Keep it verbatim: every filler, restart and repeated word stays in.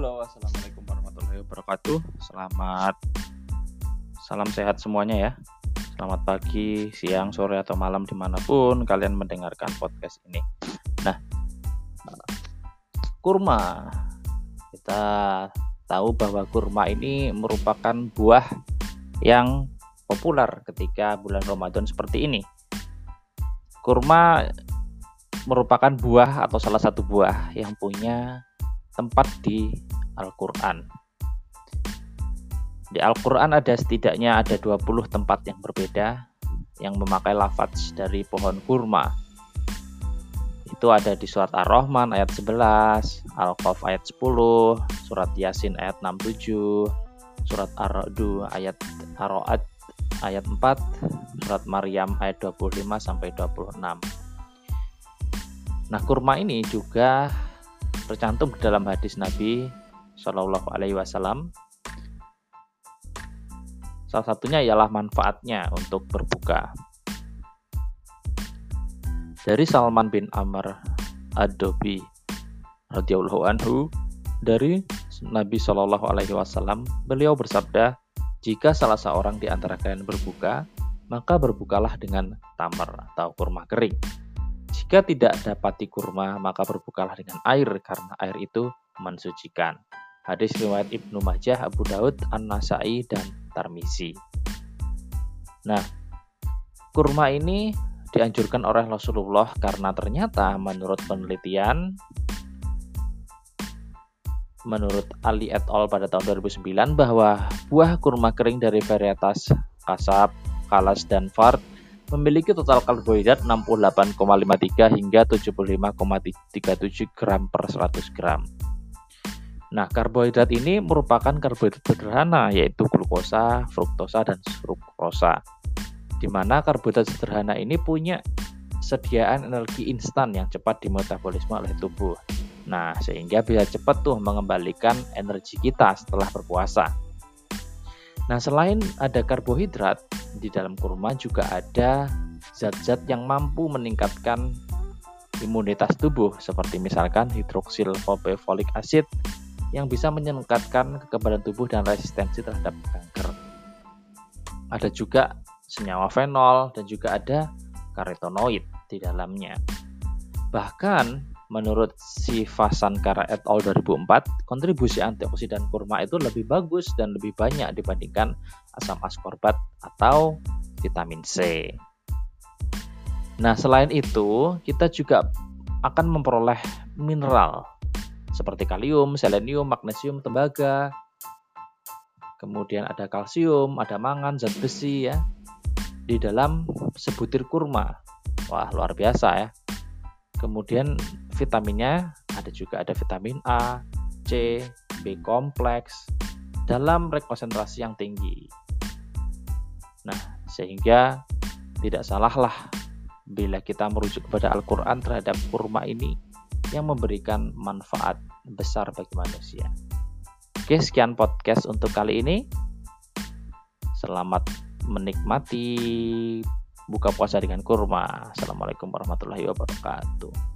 Halo, assalamualaikum warahmatullahi wabarakatuh. Selamat, salam sehat semuanya ya. Selamat pagi, siang, sore, atau malam dimanapun kalian mendengarkan podcast ini. Nah, kurma. Kita tahu bahwa kurma ini merupakan buah yang populer ketika bulan Ramadan seperti ini. Kurma merupakan buah atau salah satu buah yang punya tempat di Al-Quran. Di Al-Quran ada setidaknya ada dua puluh tempat yang berbeda yang memakai lafaz dari pohon kurma. Itu ada di surat Ar-Rahman ayat sebelas, Al-Qaf ayat sepuluh, surat Yasin ayat enam puluh tujuh, surat Ar-Ra'du ayat Ar-Ra'd ayat empat, surat Maryam ayat dua puluh lima sampai dua puluh enam. Nah, kurma ini juga tercantum di dalam hadis Nabi Shallallahu Alaihi Wasallam. Salah satunya ialah manfaatnya untuk berbuka. Dari Salman bin Amr Ad-Dobi radhiyallahu anhu, dari Nabi Shallallahu Alaihi Wasallam, beliau bersabda, jika salah seorang di antara kalian berbuka, maka berbukalah dengan tamar atau kurma kering. Jika tidak dapati kurma, maka berbukalah dengan air, karena air itu mensucikan. Hadis riwayat Ibnu Majah, Abu Daud, An-Nasai, dan Tirmizi. Nah, kurma ini dianjurkan oleh Rasulullah karena ternyata menurut penelitian, menurut Ali et al. Pada tahun dua ribu sembilan, bahwa buah kurma kering dari varietas Kasab, Kalas, dan Fard memiliki total karbohidrat enam puluh delapan koma lima tiga hingga tujuh puluh lima koma tiga tujuh gram per seratus gram. Nah, karbohidrat ini merupakan karbohidrat sederhana, yaitu glukosa, fruktosa, dan sukrosa. Di mana karbohidrat sederhana ini punya sediaan energi instan yang cepat dimetabolisme oleh tubuh. Nah, sehingga bisa cepat tuh mengembalikan energi kita setelah berpuasa. Nah, selain ada karbohidrat, di dalam kurma juga ada zat-zat yang mampu meningkatkan imunitas tubuh, seperti misalkan hidroksil folic acid yang bisa meningkatkan kekebalan tubuh dan resistensi terhadap kanker. Ada juga senyawa fenol dan juga ada karotenoid di dalamnya. Bahkan menurut si Vasankara et al. dua ribu empat, kontribusi antioksidan kurma itu lebih bagus dan lebih banyak dibandingkan asam askorbat atau vitamin C. Nah, selain itu, kita juga akan memperoleh mineral seperti kalium, selenium, magnesium, tembaga. Kemudian ada kalsium, ada mangan, zat besi ya di dalam sebutir kurma. Wah, luar biasa ya. Kemudian vitaminnya ada juga ada vitamin A, C, B kompleks dalam konsentrasi yang tinggi. Nah, sehingga tidak salahlah bila kita merujuk kepada Al-Quran terhadap kurma ini yang memberikan manfaat besar bagi manusia. Oke, sekian podcast untuk kali ini. Selamat menikmati buka puasa dengan kurma. Assalamualaikum warahmatullahi wabarakatuh.